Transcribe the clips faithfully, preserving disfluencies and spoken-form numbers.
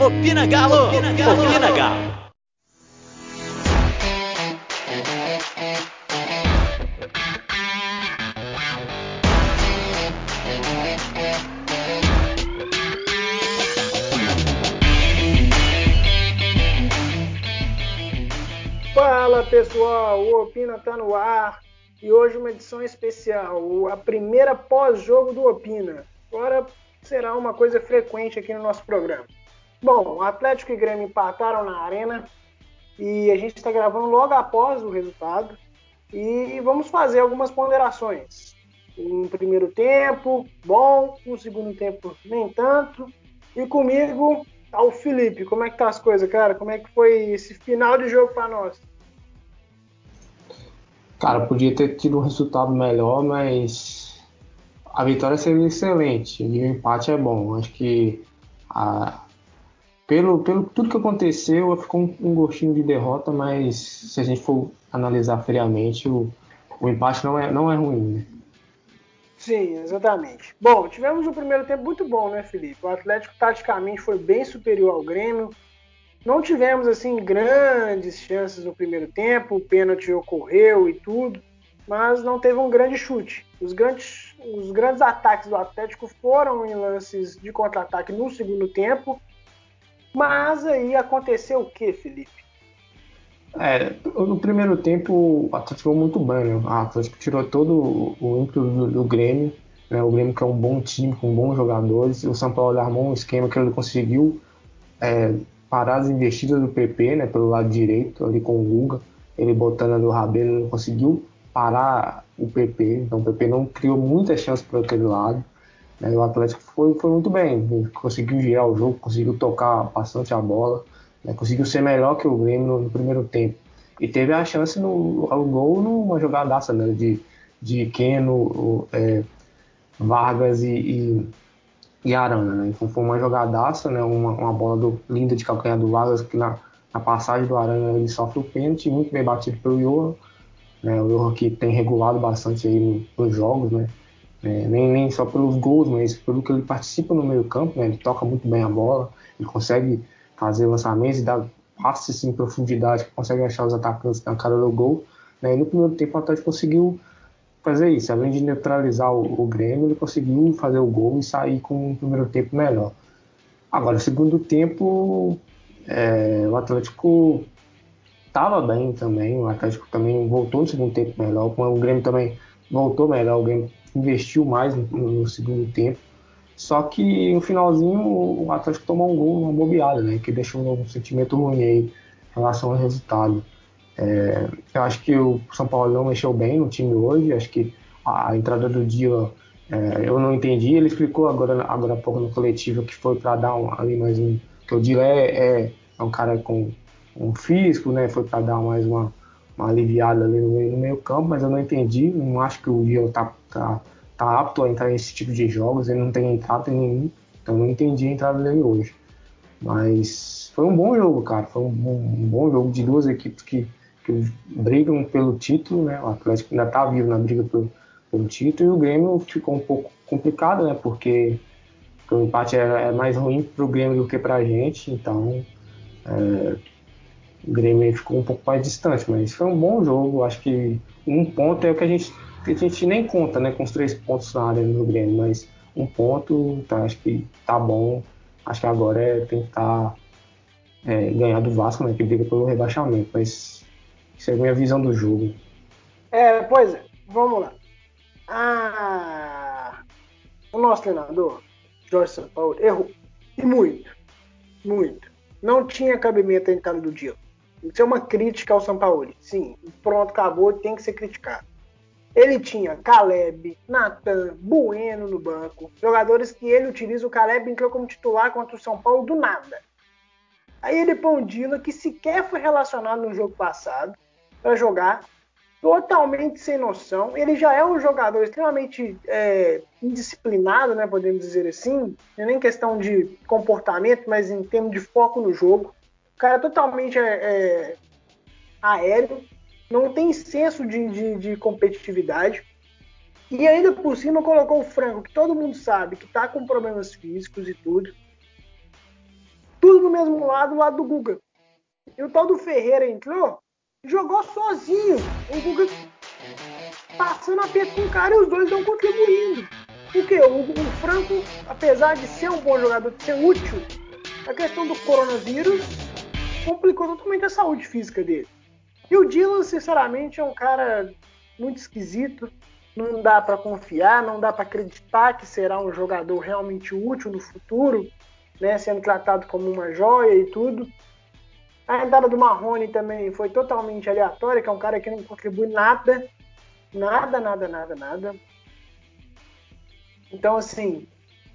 Opina Galo! Opina Galo! Opina Galo! Fala pessoal, o Opina tá no ar e hoje uma edição especial, a primeira pós-jogo do Opina. Agora será uma coisa frequente aqui no nosso programa. Bom, Atlético e Grêmio empataram na Arena e a gente está gravando logo após o resultado e vamos fazer algumas ponderações. Um primeiro tempo, bom, um segundo tempo, nem tanto. E comigo tá o Felipe. Como é que tá as coisas, cara? Como é que foi esse final de jogo para nós? Cara, podia ter tido um resultado melhor, mas a vitória seria excelente e o empate é bom. Acho que a, pelo, pelo tudo que aconteceu, ficou um, um gostinho de derrota, mas se a gente for analisar friamente, o, o empate não é, não é ruim, né? Sim, exatamente. Bom, tivemos um primeiro tempo muito bom, né, Felipe? O Atlético taticamente foi bem superior ao Grêmio. Não tivemos, assim, grandes chances no primeiro tempo, o pênalti ocorreu e tudo, mas não teve um grande chute. Os grandes, os grandes ataques do Atlético foram em lances de contra-ataque no segundo tempo, mas aí aconteceu o que, Felipe? É, no primeiro tempo o Atlético jogou muito bem, né? O Atlético tirou todo o, o ímpeto do, do Grêmio, né? O Grêmio que é um bom time, com bons jogadores. O São Paulo armou um esquema que ele conseguiu é, parar as investidas do P P, né, pelo lado direito, ali com o Guga, ele botando ali o Rabelo, ele conseguiu parar o P P, então o P P não criou muitas chances para aquele lado, né, e o Atlético foi, foi muito bem, conseguiu girar o jogo, conseguiu tocar bastante a bola, né, conseguiu ser melhor que o Grêmio no, no primeiro tempo, e teve a chance no ao gol numa jogadaça, né, de, de Keno, é, Vargas e, e e Arana, né? Então foi uma jogadaça, né? Uma, uma bola do, linda de calcanhar do Vargas, que na, na passagem do Arana ele sofre o pênalti, muito bem batido pelo Johan, né? O Johan que tem regulado bastante aí no, nos jogos, né? É, nem, nem só pelos gols, mas pelo que ele participa no meio campo, né? Ele toca muito bem a bola, ele consegue fazer lançamentos e dar passes em profundidade, que consegue achar os atacantes na cara do gol, né? E no primeiro tempo o Atlético conseguiu fazer isso. Além de neutralizar o, o Grêmio, ele conseguiu fazer o gol e sair com um primeiro tempo melhor. Agora, segundo tempo, é, o Atlético estava bem também, o Atlético também voltou no segundo tempo melhor, o Grêmio também voltou melhor, o Grêmio investiu mais no, no segundo tempo. Só que no finalzinho o Atlético tomou um gol, uma bobeada, né? Que deixou um sentimento ruim aí em relação ao resultado. É, eu acho que o São Paulo não mexeu bem no time hoje. Acho que a entrada do Dia é, eu não entendi. Ele explicou agora, agora há pouco no coletivo que foi para dar um, ali mais um. Que o Dia é, é, é um cara com um físico, né? Foi para dar mais uma, uma aliviada ali no meio, no meio campo, mas eu não entendi. Não acho que o Dia tá, tá, tá apto a entrar nesse tipo de jogos. Ele não tem entrada em nenhum. Então eu não entendi a entrada dele hoje. Mas foi um bom jogo, cara. Foi um, um bom jogo de duas equipes que que brigam pelo título, né? O Atlético ainda está vivo na briga pelo, pelo título e o Grêmio ficou um pouco complicado, né? Porque, porque o empate é, é mais ruim para o Grêmio do que para a gente, então é, o Grêmio ficou um pouco mais distante, mas foi um bom jogo. Acho que um ponto é o que a gente, que a gente nem conta, né? Com os três pontos na área do Grêmio, mas um ponto, tá, acho que tá bom. Acho que agora é tentar é, ganhar do Vasco, né? Que briga pelo rebaixamento, mas isso é a minha visão do jogo. É, pois é, vamos lá. Ah, o nosso treinador, Jorge Sampaoli, errou. E muito, muito. Não tinha cabimento a entrada do Diego. Isso é uma crítica ao Sampaoli. Sim, pronto, acabou, tem que ser criticado. Ele tinha Caleb, Natan, Bueno no banco. Jogadores que ele utiliza. O Caleb entrou como titular contra o São Paulo do nada. Aí ele põe o Dila, que sequer foi relacionado no jogo passado, para jogar, totalmente sem noção. Ele já é um jogador extremamente é, indisciplinado, né, podemos dizer assim. Não é nem questão de comportamento, mas em termos de foco no jogo. O cara é totalmente é, é, aéreo, não tem senso de, de, de competitividade. E ainda por cima colocou o Franco, que todo mundo sabe que está com problemas físicos e tudo. Tudo mesmo lado, o lado do Guga. E o tal do Ferreira entrou, jogou sozinho. O Guga passando a pé com o cara e os dois não contribuindo. Porque o, o Franco, apesar de ser um bom jogador, de ser útil, a questão do coronavírus complicou totalmente a saúde física dele. E o Dylan, sinceramente, é um cara muito esquisito. Não dá para confiar, não dá para acreditar que será um jogador realmente útil no futuro, né, sendo tratado como uma joia e tudo. A entrada do Marrone também foi totalmente aleatória, que é um cara que não contribui nada. Nada, nada, nada, nada. Então, assim,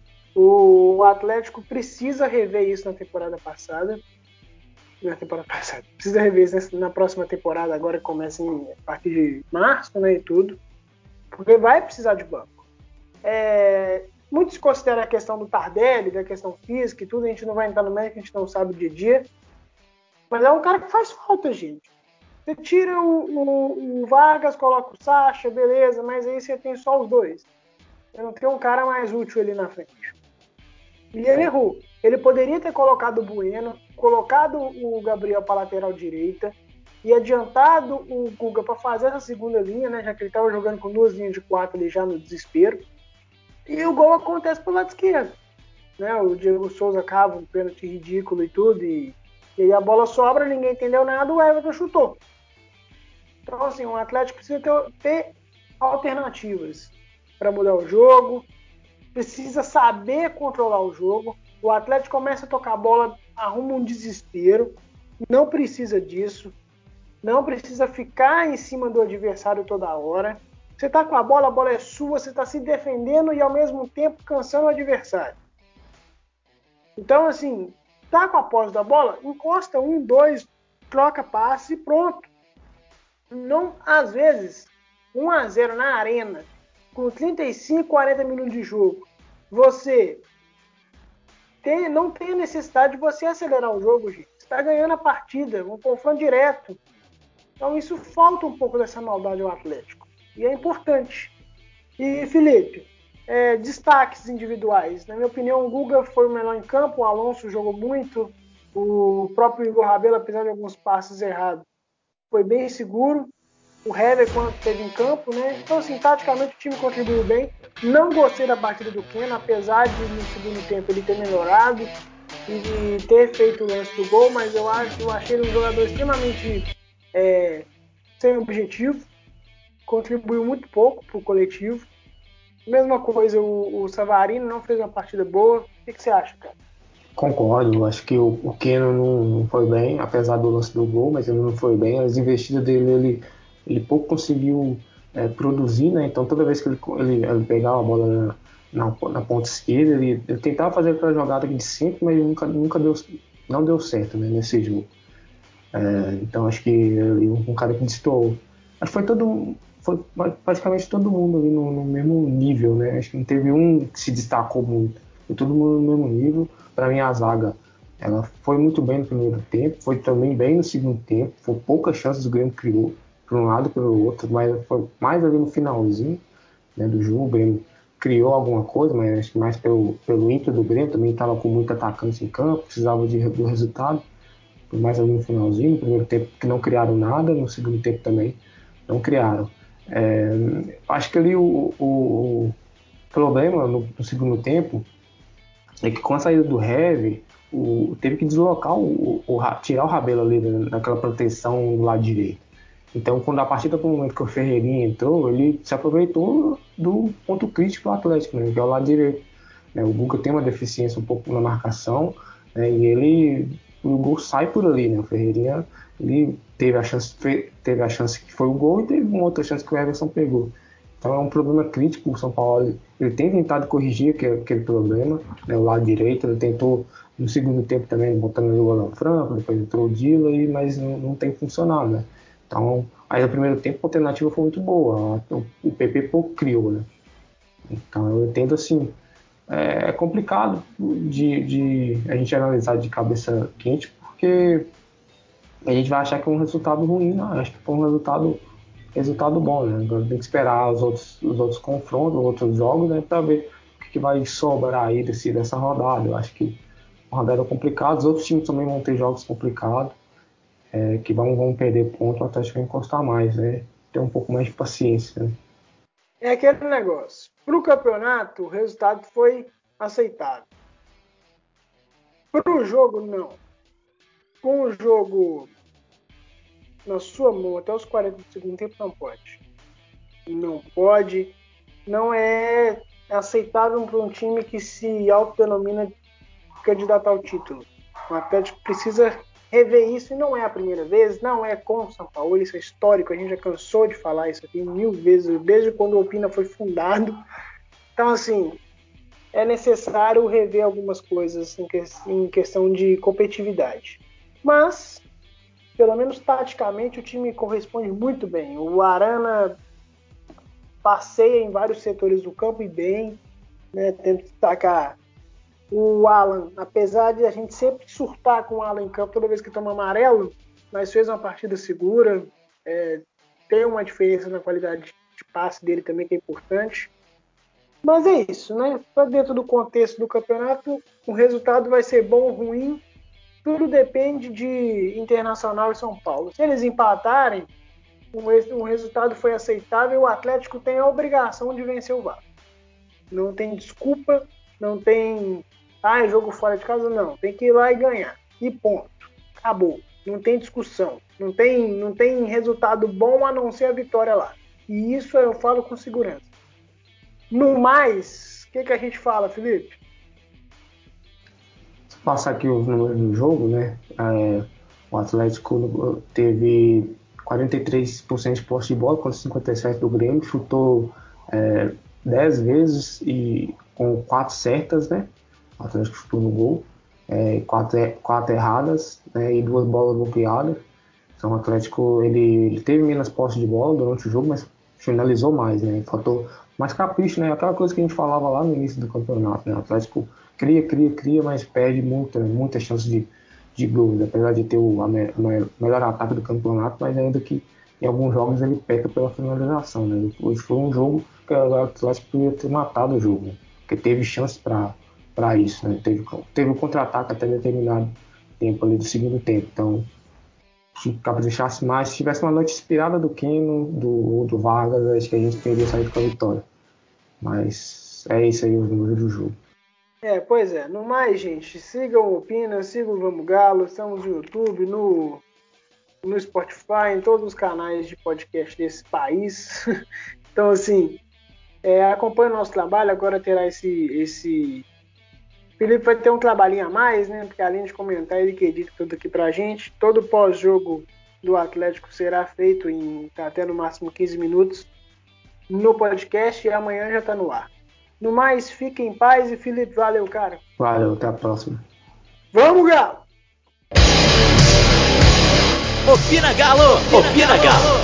o Atlético precisa rever isso na temporada passada. Na temporada passada. Precisa rever isso na próxima temporada, agora que começa em, a partir de março, né, e tudo. Porque vai precisar de banco. É, muitos consideram a questão do Tardelli, da questão física e tudo, a gente não vai entrar no mérito, a gente não sabe o dia a dia. Mas é um cara que faz falta, gente. Você tira o, o, o Vargas, coloca o Sacha, beleza, mas aí você tem só os dois. Você não tem um cara mais útil ali na frente. E ele errou. Ele poderia ter colocado o Bueno, colocado o Gabriel para lateral direita e adiantado o Guga para fazer essa segunda linha, né, já que ele estava jogando com duas linhas de quatro ali já no desespero. E o gol acontece pelo lado esquerdo. Né, o Diego Souza cava um pênalti ridículo e tudo, e, e aí a bola sobra, ninguém entendeu nada, o Everton chutou. Então, assim, o Atlético precisa ter, ter alternativas para mudar o jogo, precisa saber controlar o jogo. O Atlético começa a tocar a bola, arruma um desespero, não precisa disso, não precisa ficar em cima do adversário toda hora. Você tá com a bola, a bola é sua, você está se defendendo e ao mesmo tempo cansando o adversário. Então, assim, tá com a posse da bola, encosta um, dois, troca passe e pronto. Não, às vezes, um a zero na arena, com trinta e cinco, quarenta minutos de jogo, você tem, não tem a necessidade de você acelerar o jogo, gente. Você está ganhando a partida, um confronto direto. Então isso falta um pouco dessa maldade ao Atlético. E é importante. E, Felipe, é, destaques individuais. Na minha opinião, o Guga foi o melhor em campo, o Alonso jogou muito, o próprio Igor Rabelo, apesar de alguns passes errados, foi bem seguro. O Hever, quando esteve em campo, né? Então, assim, taticamente o time contribuiu bem. Não gostei da partida do Keno, apesar de no segundo tempo ele ter melhorado e ter feito o lance do gol, mas eu acho, eu achei ele um jogador extremamente é, sem objetivo, contribuiu muito pouco para o coletivo. Mesma coisa, o, o Savarino não fez uma partida boa. O que, que você acha, cara? Concordo, acho que o, o Keno não, não foi bem, apesar do lance do gol, mas ele não foi bem. As investidas dele, ele, ele pouco conseguiu é, produzir, né? Então toda vez que ele, ele, ele pegava a bola na, na, na ponta esquerda, ele, ele tentava fazer aquela jogada aqui de centro, mas nunca, nunca deu, não deu certo, né, nesse jogo. É, então acho que ele, um cara que destoou. Acho que foi todo, foi praticamente todo mundo ali no, no mesmo nível, né? Acho que não teve um que se destacou muito. Foi todo mundo no mesmo nível. Para mim, a zaga ela foi muito bem no primeiro tempo, foi também bem no segundo tempo. Foi poucas chances o Grêmio criou, para um lado e para o outro, mas foi mais ali no finalzinho, né, do jogo. O Grêmio criou alguma coisa, mas acho que mais pelo, pelo ímpeto do Grêmio, também estava com muito atacante em campo, precisava de, do resultado. Foi mais ali no finalzinho, no primeiro tempo que não criaram nada, no segundo tempo também não criaram. É, acho que ali o, o, o problema no, no segundo tempo é que com a saída do Heavy, o, teve que deslocar, o, o, tirar o Rabelo ali naquela proteção do lado direito. Então, quando a partir do momento que o Ferreirinha entrou, ele se aproveitou do ponto crítico do Atlético, né, que é o lado direito. Né, o Guga tem uma deficiência um pouco na marcação, né, e ele, o gol sai por ali. Né, o Ferreirinha ele teve a chance, teve a chance que foi o gol e teve uma outra chance que o Everson pegou. Então é um problema crítico. O São Paulo ele tem tentado corrigir aquele, aquele problema, né, o lado direito. Ele tentou no segundo tempo também, botando o Alan Franco, depois entrou o Dila, mas não, não tem funcionado. Né? Então, aí no primeiro tempo a alternativa foi muito boa. O P P pouco criou, né? Então eu entendo assim, é complicado de, de a gente analisar de cabeça quente, porque a gente vai achar que é um resultado ruim. Não, acho que foi um resultado resultado bom, né? Agora tem que esperar os outros, os outros confrontos, os outros jogos, né, para ver o que, que vai sobrar aí desse, dessa rodada. Eu acho que uma rodada complicada. Os outros times também vão ter jogos complicados, é, que vão, vão perder ponto, o Atlético vai encostar mais, né? Ter um pouco mais de paciência. Né? É aquele negócio. Para o campeonato, o resultado foi aceitável. Para o jogo, não. Com o jogo na sua mão até os quarenta do segundo tempo, não pode. Não pode. Não é aceitável para um time que se autodenomina candidato ao título. O Atlético precisa rever isso, e não é a primeira vez, não é com o São Paulo, isso é histórico, a gente já cansou de falar isso aqui mil vezes, desde quando o Opina foi fundado. Então, assim, é necessário rever algumas coisas em, que, em questão de competitividade. Mas, pelo menos taticamente, o time corresponde muito bem. O Arana passeia em vários setores do campo e bem, né? Tento destacar o Alan, apesar de a gente sempre surtar com o Alan em campo toda vez que toma amarelo, mas fez uma partida segura, é, tem uma diferença na qualidade de passe dele também, que é importante. Mas é isso, né? Para dentro do contexto do campeonato, o resultado vai ser bom ou ruim, tudo depende de Internacional e São Paulo. Se eles empatarem, o resultado foi aceitável, o Atlético tem a obrigação de vencer o Vasco. Não tem desculpa, não tem ah, é jogo fora de casa, não. Tem que ir lá e ganhar. E ponto. Acabou. Não tem discussão. Não tem, não tem resultado bom a não ser a vitória lá. E isso eu falo com segurança. No mais, o que, que a gente fala, Felipe? Se passar aqui os números do jogo, né? É, o Atlético teve quarenta e três por cento de posse de bola contra cinquenta e sete por cento do Grêmio, chutou é, dez vezes e com quatro certas, né? O Atlético chutou no gol, é, quatro, quatro erradas, né, e duas bolas bloqueadas. Então o Atlético ele, ele teve menos posse de bola durante o jogo, mas finalizou mais, né? Faltou mais capricho, né? Aquela coisa que a gente falava lá no início do campeonato, né? O Atlético cria, cria, cria, mas perde muita, muita chance de, de gols, apesar de ter o a me, a melhor ataque do campeonato, mas ainda que em alguns jogos ele peca pela finalização, né? Hoje foi um jogo que o Atlético podia ter matado o jogo, né? Porque teve chance para para isso, né? Teve, teve um contra-ataque até determinado tempo ali do segundo tempo. Então, se caprichasse mais, se tivesse uma noite inspirada do Keno, do, do Vargas, acho que a gente teria saído com a vitória. Mas é isso aí, os números do jogo. É, pois é. No mais, gente, sigam o Opina, sigam o Vamos Galo, estamos no YouTube, no, no Spotify, em todos os canais de podcast desse país. Então, assim, é, acompanhe o nosso trabalho, agora terá esse... esse... Felipe vai ter um trabalhinho a mais, né? Porque além de comentar, ele que edita tudo aqui pra gente. Todo pós-jogo do Atlético será feito em até no máximo quinze minutos no podcast e amanhã já tá no ar. No mais, fique em paz e Felipe, valeu, cara. Valeu, até a próxima. Vamos, Galo! Opina Galo! Opina Galo!